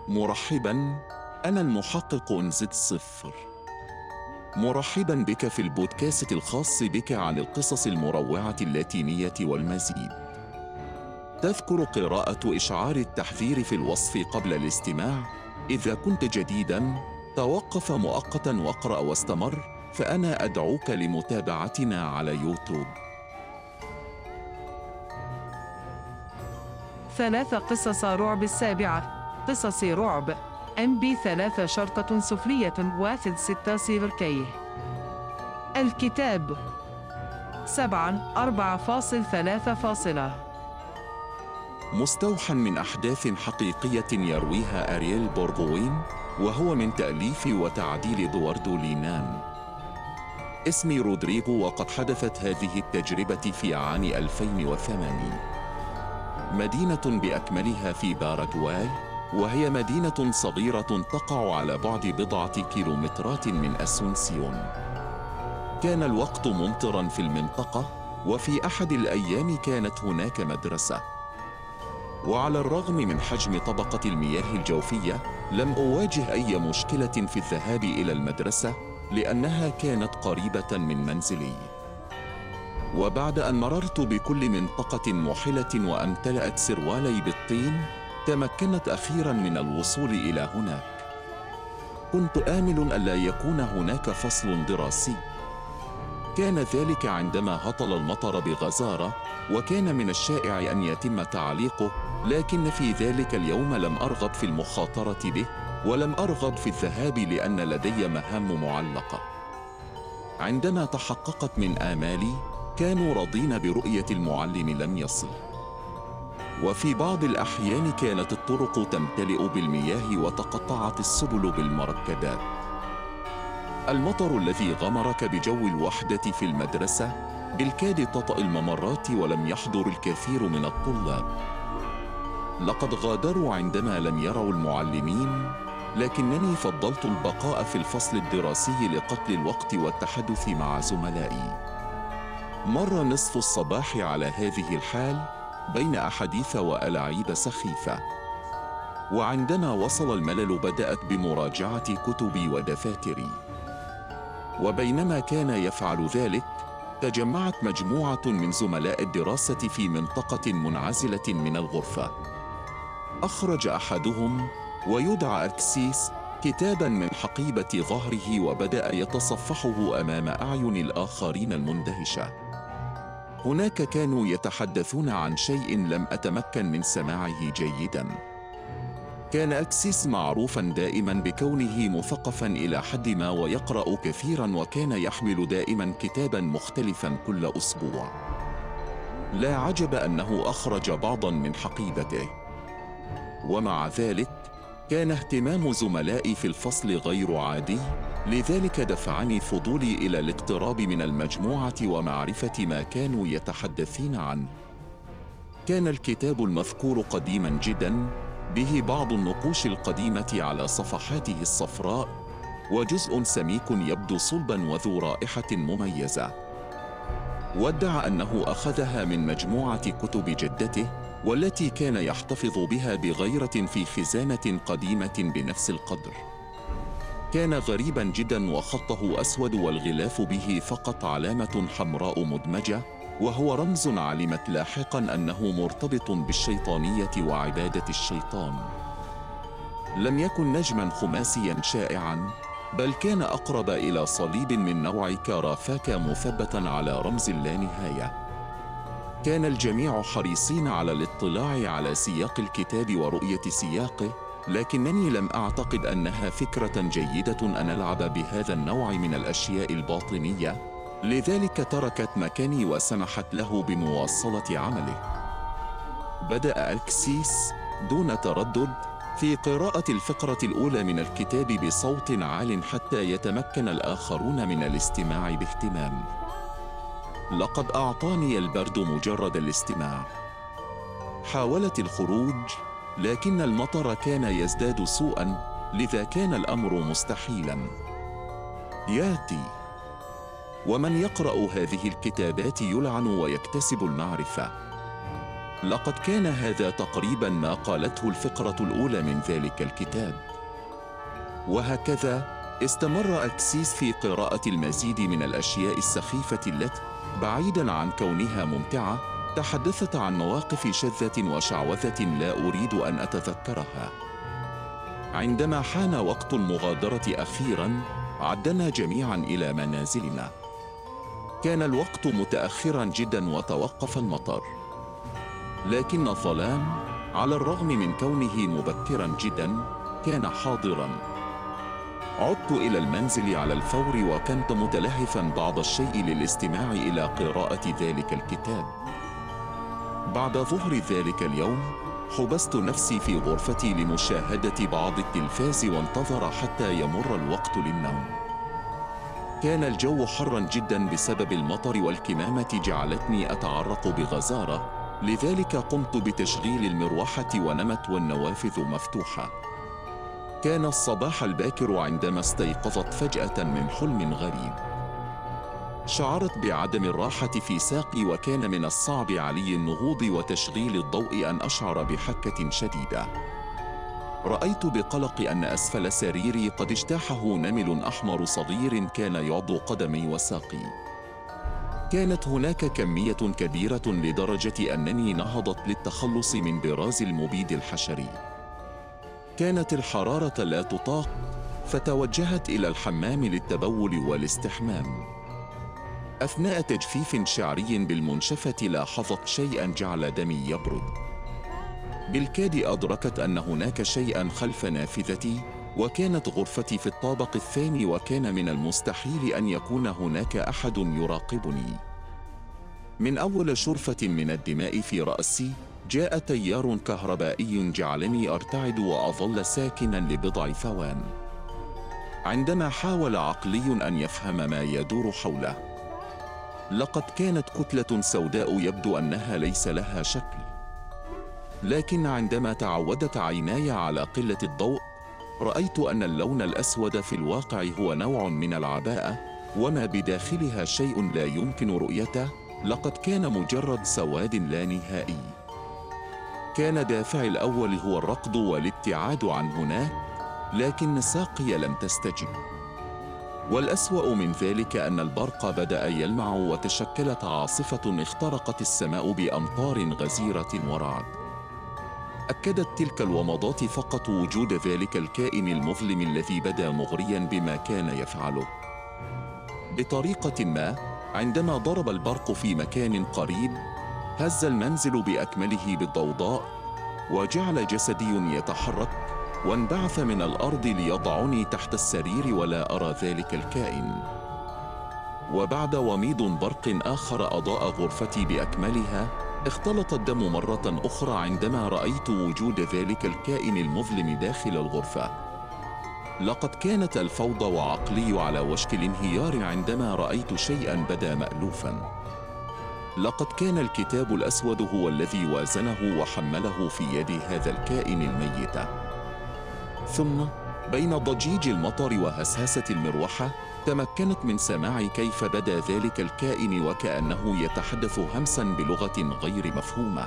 مرحباً، أنا المحقق إنزد صفر. مرحباً بك في البودكاست الخاص بك عن القصص المروعة اللاتينية والمزيد. تذكر قراءة إشعار التحذير في الوصف قبل الاستماع. إذا كنت جديداً، توقف مؤقتاً واقرأ واستمر، فأنا أدعوك لمتابعتنا على يوتيوب. 3 قصص رعب السابعة. قصص رعب MB3 شرطة سفلية 1 6 صفر. الكتاب 7 4.3. مستوحى من أحداث حقيقية يرويها أرييل بورغوين، وهو من تأليف وتعديل إدواردو لينان. اسمي رودريغو، وقد حدثت هذه التجربة في عام 2008. مدينة بأكملها في باراغواي، وهي مدينة صغيرة تقع على بعد بضعة كيلومترات من أسونسيون. كان الوقت ممطراً في المنطقة، وفي أحد الأيام كانت هناك مدرسة. وعلى الرغم من حجم طبقة المياه الجوفية، لم أواجه أي مشكلة في الذهاب إلى المدرسة، لأنها كانت قريبة من منزلي. وبعد أن مررت بكل منطقة محلة وامتلأت سروالي بالطين، تمكنت أخيراً من الوصول إلى هناك. كنت آمل ألا يكون هناك فصل دراسي. كان ذلك عندما هطل المطر بغزارة، وكان من الشائع أن يتم تعليقه، لكن في ذلك اليوم لم أرغب في المخاطرة به، ولم أرغب في الذهاب لأن لدي مهام معلقة. عندما تحققت من آمالي، كانوا راضين برؤية المعلم لم يصل. وفي بعض الأحيان كانت الطرق تمتلئ بالمياه وتقطعت السبل بالمركدات. المطر الذي غمرك بجو الوحدة في المدرسة بالكاد تطأ الممرات، ولم يحضر الكثير من الطلاب. لقد غادروا عندما لم يروا المعلمين، لكنني فضلت البقاء في الفصل الدراسي لقتل الوقت والتحدث مع زملائي. مر نصف الصباح على هذه الحال، بين أحاديث وألاعيب سخيفة. وعندما وصل الملل بدأت بمراجعة كتبي ودفاتري. وبينما كان يفعل ذلك، تجمعت مجموعة من زملاء الدراسة في منطقة منعزلة من الغرفة. أخرج أحدهم، ويدعى أركسيس، كتاباً من حقيبة ظهره وبدأ يتصفحه أمام أعين الآخرين المندهشة. هناك كانوا يتحدثون عن شيء لم أتمكن من سماعه جيداً. كان أركسيس معروفاً دائماً بكونه مثقفاً إلى حد ما، ويقرأ كثيراً، وكان يحمل دائماً كتاباً مختلفاً كل أسبوع. لا عجب أنه أخرج بعضاً من حقيبته. ومع ذلك، كان اهتمام زملائي في الفصل غير عادي، لذلك دفعني فضولي إلى الاقتراب من المجموعة ومعرفة ما كانوا يتحدثين عنه. كان الكتاب المذكور قديماً جداً، به بعض النقوش القديمة على صفحاته الصفراء، وجزء سميك يبدو صلباً وذو رائحة مميزة. وادعى أنه أخذها من مجموعة كتب جدته، والتي كان يحتفظ بها بغيرة في خزانة قديمة بنفس القدر. كان غريباً جداً، وخطه أسود، والغلاف به فقط علامة حمراء مدمجة، وهو رمز علمت لاحقاً أنه مرتبط بالشيطانية وعبادة الشيطان. لم يكن نجماً خماسياً شائعاً، بل كان أقرب إلى صليب من نوع كارافاكا مثبتاً على رمز اللانهاية. كان الجميع حريصين على الاطلاع على سياق الكتاب ورؤية سياقه، لكنني لم أعتقد أنها فكرة جيدة أن ألعب بهذا النوع من الأشياء الباطنية، لذلك تركت مكاني وسمحت له بمواصلة عمله. بدأ أركسيس دون تردد في قراءة الفقرة الأولى من الكتاب بصوت عال حتى يتمكن الآخرون من الاستماع باهتمام. لقد أعطاني البرد مجرد الاستماع. حاولت الخروج، لكن المطر كان يزداد سوءاً، لذا كان الأمر مستحيلاً. ياتي. ومن يقرأ هذه الكتابات يلعن ويكتسب المعرفة. لقد كان هذا تقريبا ما قالته الفقرة الأولى من ذلك الكتاب. وهكذا استمر ألكسيس في قراءة المزيد من الأشياء السخيفة التي بعيداً عن كونها ممتعة تحدثت عن مواقف شذة وشعوذة لا أريد أن أتذكرها. عندما حان وقت المغادرة أخيراً عدنا جميعاً إلى منازلنا. كان الوقت متأخراً جداً وتوقف المطر، لكن الظلام على الرغم من كونه مبكراً جداً كان حاضراً. عدت إلى المنزل على الفور وكنت متلهفاً بعض الشيء للاستماع إلى قراءة ذلك الكتاب. بعد ظهر ذلك اليوم حبست نفسي في غرفتي لمشاهدة بعض التلفاز وانتظر حتى يمر الوقت للنوم. كان الجو حراً جداً بسبب المطر والكمامة جعلتني أتعرق بغزارة، لذلك قمت بتشغيل المروحة ونمت والنوافذ مفتوحة. كان الصباح الباكر عندما استيقظت فجأة من حلم غريب. شعرت بعدم الراحة في ساقي وكان من الصعب علي النهوض وتشغيل الضوء أن أشعر بحكة شديدة. رأيت بقلق أن أسفل سريري قد اجتاحه نمل أحمر صغير كان يعض قدمي وساقي. كانت هناك كمية كبيرة لدرجة أنني نهضت للتخلص من براز المبيد الحشري. كانت الحرارة لا تطاق، فتوجهت إلى الحمام للتبول والاستحمام. أثناء تجفيف شعري بالمنشفة لاحظت شيئاً جعل دمي يبرد. بالكاد أدركت أن هناك شيئاً خلف نافذتي، وكانت غرفتي في الطابق الثاني وكان من المستحيل أن يكون هناك أحد يراقبني. من أول شرفة من الدماء في رأسي جاء تيار كهربائي جعلني أرتعد وأظل ساكناً لبضع ثوان. عندما حاول عقلي أن يفهم ما يدور حوله، لقد كانت كتلة سوداء يبدو أنها ليس لها شكل، لكن عندما تعودت عيناي على قلة الضوء رأيت أن اللون الأسود في الواقع هو نوع من العباءة، وما بداخلها شيء لا يمكن رؤيته. لقد كان مجرد سواد لا نهائي. كان دافعي الأول هو الركض والابتعاد عن هناك، لكن ساقي لم تستجب. والأسوأ من ذلك أن البرق بدأ يلمع وتشكلت عاصفة اخترقت السماء بأمطار غزيرة ورعد. أكدت تلك الومضات فقط وجود ذلك الكائن المظلم الذي بدا مغرياً بما كان يفعله. بطريقة ما، عندما ضرب البرق في مكان قريب، هز المنزل بأكمله بالضوضاء، وجعل جسدي يتحرك، وانبعث من الأرض ليضعني تحت السرير ولا أرى ذلك الكائن. وبعد وميض برق آخر أضاء غرفتي بأكملها، اختلط الدم مرة أخرى عندما رأيت وجود ذلك الكائن المظلم داخل الغرفة. لقد كانت الفوضى وعقلي على وشك الانهيار عندما رأيت شيئاً بدا مألوفاً. لقد كان الكتاب الأسود هو الذي وازنه وحمله في يد هذا الكائن الميت. ثم بين ضجيج المطر وهسهسة المروحة تمكنت من سماع كيف بدا ذلك الكائن وكأنه يتحدث همساً بلغة غير مفهومة.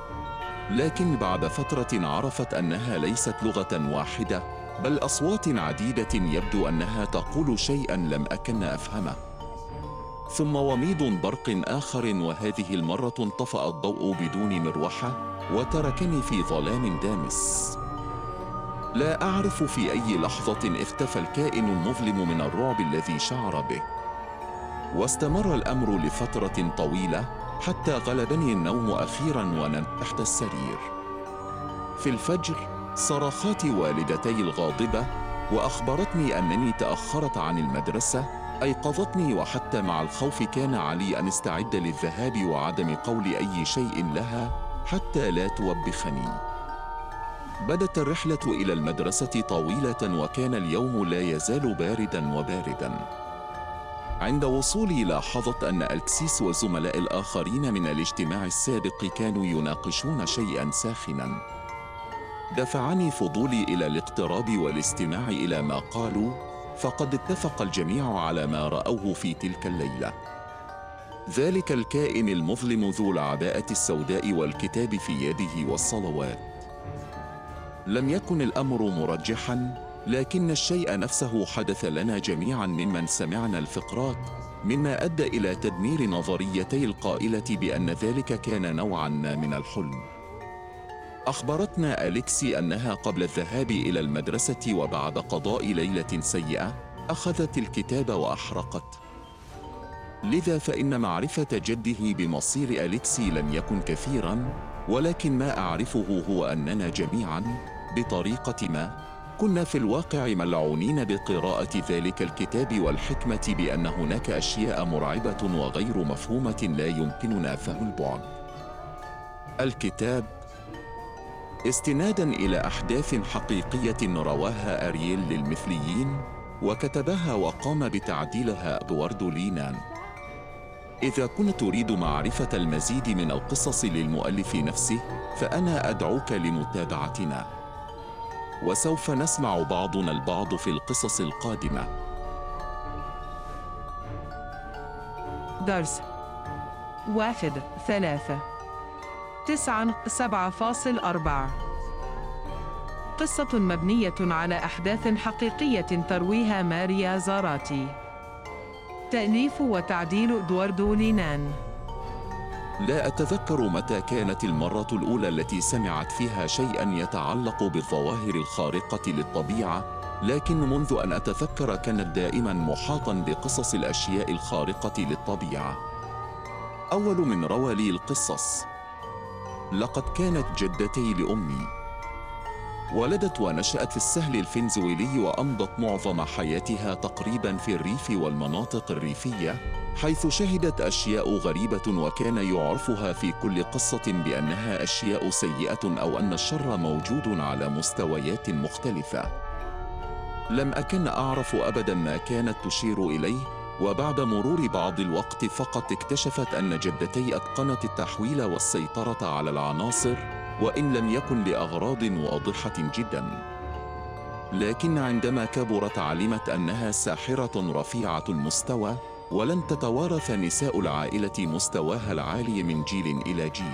لكن بعد فترة عرفت أنها ليست لغة واحدة، بل أصوات عديدة يبدو أنها تقول شيئاً لم أكن أفهمه. ثم وميض برق آخر، وهذه المرة انطفأ الضوء بدون مروحة وتركني في ظلام دامس. لا أعرف في أي لحظة اختفى الكائن المظلم من الرعب الذي شعر به. واستمر الأمر لفترة طويلة حتى غلبني النوم أخيراً ونمت تحت السرير. في الفجر صرخات والدتي الغاضبة وأخبرتني أنني تأخرت عن المدرسة أيقظتني، وحتى مع الخوف كان علي أن استعد للذهاب وعدم قول أي شيء لها حتى لا توبخني. بدت الرحلة إلى المدرسة طويلة وكان اليوم لا يزال بارداً وبارداً. عند وصولي لاحظت أن ألكسيس وزملاء الآخرين من الاجتماع السابق كانوا يناقشون شيئاً ساخناً. دفعني فضولي إلى الاقتراب والاستماع إلى ما قالوا، فقد اتفق الجميع على ما رأوه في تلك الليلة. ذلك الكائن المظلم ذو العباءة السوداء والكتاب في يده والصلوات. لم يكن الأمر مرجحاً، لكن الشيء نفسه حدث لنا جميعاً ممن سمعنا الفقرات، مما أدى إلى تدمير نظريتي القائلة بأن ذلك كان نوعاً ما من الحلم. أخبرتنا أليكسي أنها قبل الذهاب إلى المدرسة وبعد قضاء ليلة سيئة أخذت الكتاب وأحرقت. لذا فإن معرفة جده بمصير أليكسي لم يكن كثيراً، ولكن ما أعرفه هو أننا جميعاً بطريقة ما كنا في الواقع ملعونين بقراءة ذلك الكتاب والحكمة بأن هناك أشياء مرعبة وغير مفهومة لا يمكننا فهم البعد. الكتاب استناداً إلى أحداث حقيقية رواها أرييل للمثليين وكتبها وقام بتعديلها أدواردو لينان. إذا كنت تريد معرفة المزيد من القصص للمؤلف نفسه فأنا أدعوك لمتابعتنا، وسوف نسمع بعضنا البعض في القصص القادمة. درس 1-3 9-7.4 قصة مبنية على أحداث حقيقية ترويها ماريا زاراتي. تأليف وتعديل إدواردو لينان. لا أتذكر متى كانت المرة الأولى التي سمعت فيها شيئاً يتعلق بالظواهر الخارقة للطبيعة، لكن منذ أن أتذكر كانت دائماً محاطاً بقصص الأشياء الخارقة للطبيعة. أول من روى لي القصص لقد كانت جدتي لأمي. ولدت ونشأت في السهل الفنزويلي وأمضت معظم حياتها تقريباً في الريف والمناطق الريفية، حيث شهدت أشياء غريبة وكان يعرفها في كل قصة بأنها أشياء سيئة أو أن الشر موجود على مستويات مختلفة. لم أكن أعرف أبداً ما كانت تشير إليه، وبعد مرور بعض الوقت فقط اكتشفت أن جدتي أتقنت التحويل والسيطرة على العناصر، وإن لم يكن لأغراض واضحة جداً. لكن عندما كبرت علمت أنها ساحرة رفيعة المستوى، ولن تتوارث نساء العائلة مستواها العالي من جيل إلى جيل.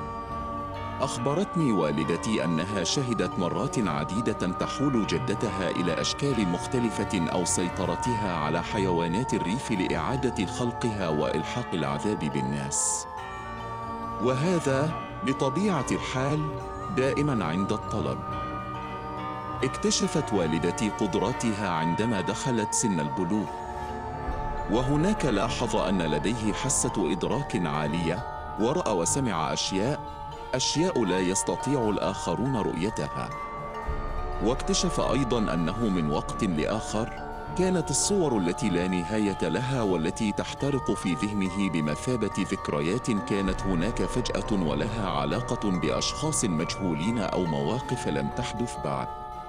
أخبرتني والدتي أنها شهدت مرات عديدة تحول جدتها إلى أشكال مختلفة أو سيطرتها على حيوانات الريف لإعادة خلقها وإلحاق العذاب بالناس. وهذا بطبيعة الحال دائماً عند الطلب. اكتشفت والدتي قدراتها عندما دخلت سن البلوغ، وهناك لاحظ أن لديه حاسة إدراك عالية، ورأى وسمع أشياء لا يستطيع الآخرون رؤيتها. واكتشف أيضاً أنه من وقت لآخر كانت الصور التي لا نهاية لها والتي تحترق في ذهنه بمثابة ذكريات كانت هناك فجأة ولها علاقة بأشخاص مجهولين أو مواقف لم تحدث بعد.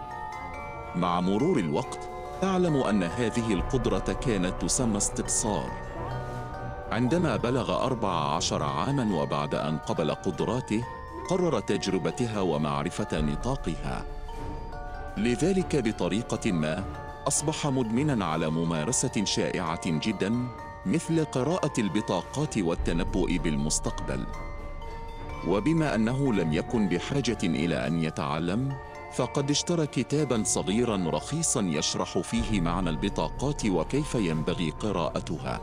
مع مرور الوقت تعلم أن هذه القدرة كانت تسمى استبصار. عندما بلغ 14 عاماً وبعد أن قبل قدراته، قرر تجربتها ومعرفة نطاقها. لذلك بطريقة ما أصبح مدمناً على ممارسة شائعة جداً مثل قراءة البطاقات والتنبؤ بالمستقبل. وبما أنه لم يكن بحاجة إلى أن يتعلم، فقد اشترى كتاباً صغيراً رخيصاً يشرح فيه معنى البطاقات وكيف ينبغي قراءتها.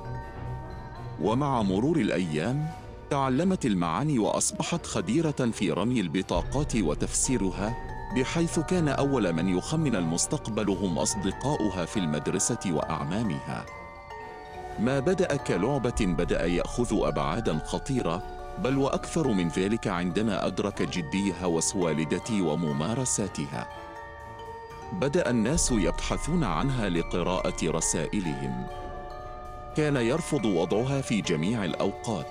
ومع مرور الأيام تعلمت المعاني وأصبحت خبيرة في رمي البطاقات وتفسيرها، بحيث كان أول من يخمن المستقبل هم أصدقاؤها في المدرسة وأعمامها. ما بدأ كلعبة بدأ يأخذ أبعاداً خطيرة، بل وأكثر من ذلك عندما أدرك جدي هوس والدتي وممارساتها. بدأ الناس يبحثون عنها لقراءة رسائلهم. كان يرفض وضعها في جميع الأوقات،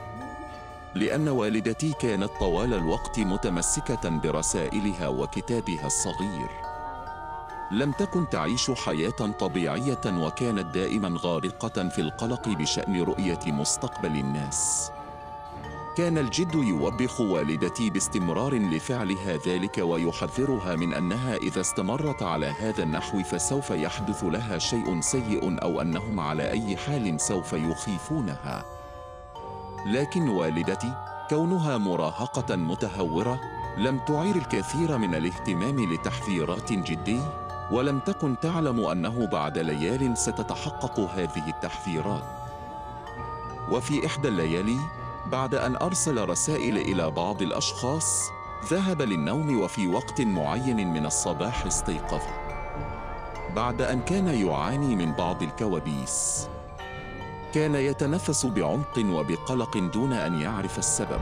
لأن والدتي كانت طوال الوقت متمسكة برسائلها وكتابها الصغير. لم تكن تعيش حياة طبيعية، وكانت دائما غارقة في القلق بشأن رؤية مستقبل الناس. كان الجد يوبخ والدتي باستمرار لفعلها ذلك، ويحذرها من أنها إذا استمرت على هذا النحو فسوف يحدث لها شيء سيء، أو أنهم على أي حال سوف يخيفونها. لكن والدتي كونها مراهقة متهورة لم تعير الكثير من الاهتمام لتحذيرات جدي، ولم تكن تعلم أنه بعد ليال ستتحقق هذه التحذيرات. وفي إحدى الليالي بعد أن أرسل رسائل إلى بعض الأشخاص ذهب للنوم، وفي وقت معين من الصباح استيقظ بعد أن كان يعاني من بعض الكوابيس. كان يتنفس بعمق وبقلق دون أن يعرف السبب.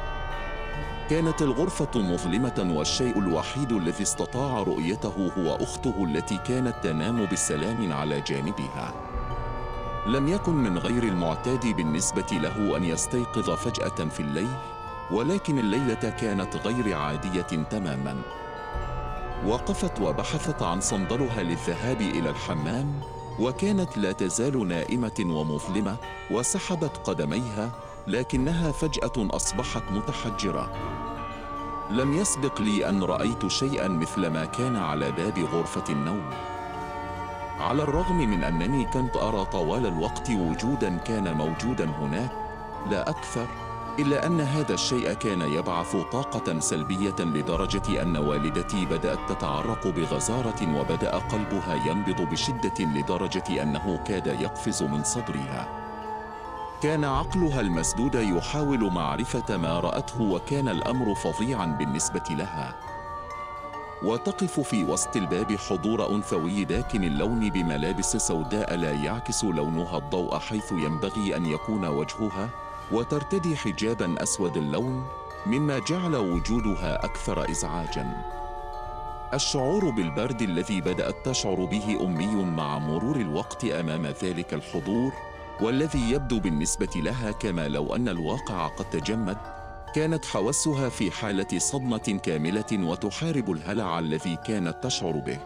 كانت الغرفة مظلمة، والشيء الوحيد الذي استطاع رؤيته هو أخته التي كانت تنام بسلام على جانبها. لم يكن من غير المعتاد بالنسبة له أن يستيقظ فجأة في الليل، ولكن الليلة كانت غير عادية تماماً. وقفت وبحثت عن صندلها للذهاب إلى الحمام، وكانت لا تزال نائمة ومظلمة، وسحبت قدميها، لكنها فجأة أصبحت متحجرة. لم يسبق لي أن رأيت شيئاً مثل ما كان على باب غرفة النوم. على الرغم من أنني كنت أرى طوال الوقت وجوداً كان موجوداً هناك لا أكثر، إلا أن هذا الشيء كان يبعث طاقة سلبية لدرجة أن والدتي بدأت تتعرق بغزارة، وبدأ قلبها ينبض بشدة لدرجة أنه كاد يقفز من صدرها. كان عقلها المسدود يحاول معرفة ما رأته، وكان الأمر فظيعاً بالنسبة لها. وتقف في وسط الباب حضور أنثوي داكن اللون بملابس سوداء لا يعكس لونها الضوء حيث ينبغي أن يكون وجهها، وترتدي حجاباً أسود اللون، مما جعل وجودها أكثر إزعاجاً. الشعور بالبرد الذي بدأت تشعر به أمي مع مرور الوقت أمام ذلك الحضور، والذي يبدو بالنسبة لها كما لو أن الواقع قد تجمد، كانت حواسها في حالة صدمة كاملة وتحارب الهلع الذي كانت تشعر به.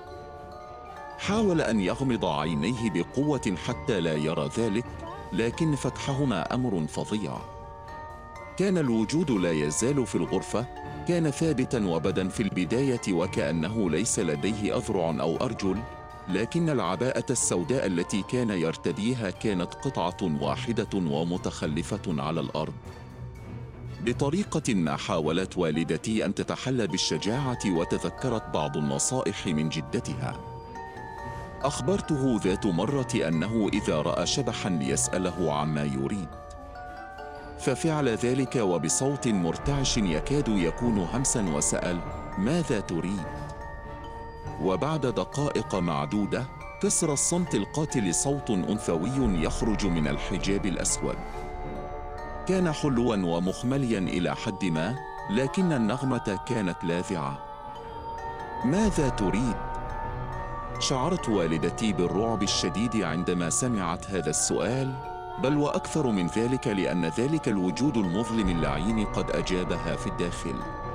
حاول أن يغمض عينيه بقوة حتى لا يرى ذلك، لكن فتحهما أمر فظيع. كان الوجود لا يزال في الغرفة، كان ثابتاً وبداً في البداية وكأنه ليس لديه أذرع أو أرجل، لكن العباءة السوداء التي كان يرتديها كانت قطعة واحدة ومتخلفة على الأرض. بطريقة ما حاولت والدتي أن تتحلى بالشجاعة، وتذكرت بعض النصائح من جدتها. أخبرته ذات مرة أنه إذا رأى شبحاً ليسأله عما يريد، ففعل ذلك وبصوت مرتعش يكاد يكون همساً، وسأل: ماذا تريد؟ وبعد دقائق معدودة كسر الصمت القاتل صوت أنثوي يخرج من الحجاب الأسود. كان حلواً ومخملياً إلى حد ما، لكن النغمة كانت لاذعة. ماذا تريد؟ شعرت والدتي بالرعب الشديد عندما سمعت هذا السؤال، بل وأكثر من ذلك لأن ذلك الوجود المظلم اللعين قد أجابها في الداخل.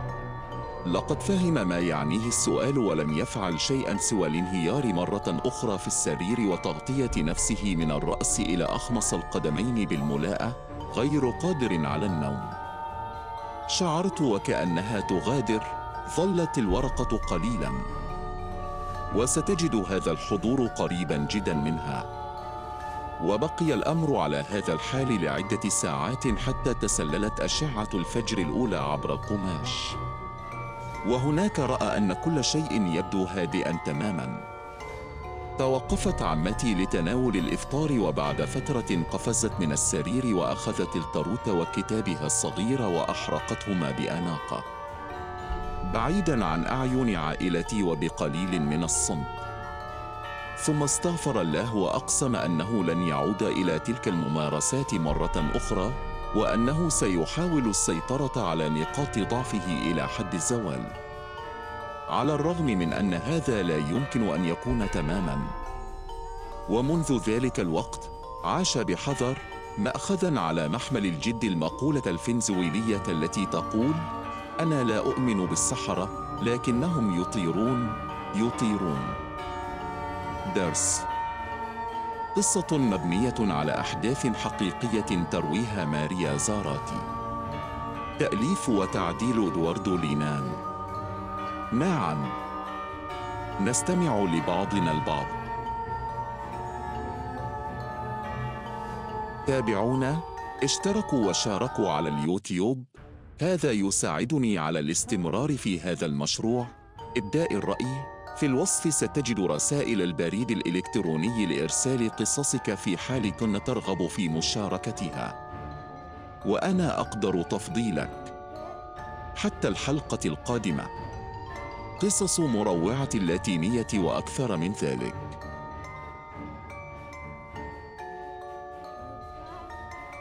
لقد فهم ما يعنيه السؤال، ولم يفعل شيئاً سوى الانهيار مرة أخرى في السرير وتغطية نفسه من الرأس إلى أخمص القدمين بالملاءة، غير قادر على النوم. شعرت وكأنها تغادر. ظلت الورقة قليلاً، وستجد هذا الحضور قريباً جداً منها. وبقي الأمر على هذا الحال لعدة ساعات حتى تسللت أشعة الفجر الأولى عبر القماش، وهناك رأى أن كل شيء يبدو هادئاً تماماً. توقفت عمتي لتناول الإفطار، وبعد فترة قفزت من السرير وأخذت التروت وكتابها الصغير وأحرقتهما بأناقة بعيداً عن أعين عائلتي وبقليل من الصمت. ثم استغفر الله وأقسم أنه لن يعود إلى تلك الممارسات مرة أخرى، وأنه سيحاول السيطرة على نقاط ضعفه إلى حد الزوال. على الرغم من أن هذا لا يمكن أن يكون تماماً. ومنذ ذلك الوقت عاش بحذر، مأخذاً على محمل الجد المقولة الفنزويلية التي تقول: أنا لا أؤمن بالسحرة، لكنهم يطيرون. درس. قصة مبنية على أحداث حقيقية ترويها ماريا زاراتي. تأليف وتعديل إدواردو لينان. معاً نستمع لبعضنا البعض. تابعونا، اشتركوا وشاركوا على اليوتيوب. هذا يساعدني على الاستمرار في هذا المشروع. إبداء الرأي. في الوصف ستجد رسائل البريد الإلكتروني لإرسال قصصك في حال كنت ترغب في مشاركتها، وأنا أقدر تفضيلك. حتى الحلقة القادمة. قصص مروعة اللاتينية وأكثر من ذلك.